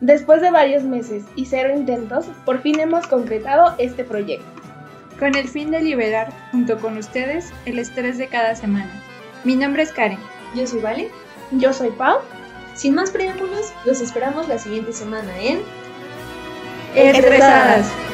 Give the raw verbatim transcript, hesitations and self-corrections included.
Después de varios meses y cero intentos, por fin hemos concretado este proyecto. Con el fin de liberar, junto con ustedes, el estrés de cada semana. Mi nombre es Karen. Yo soy Vale. Yo soy Pau. Sin más preámbulos, los esperamos la siguiente semana en... Estresadas.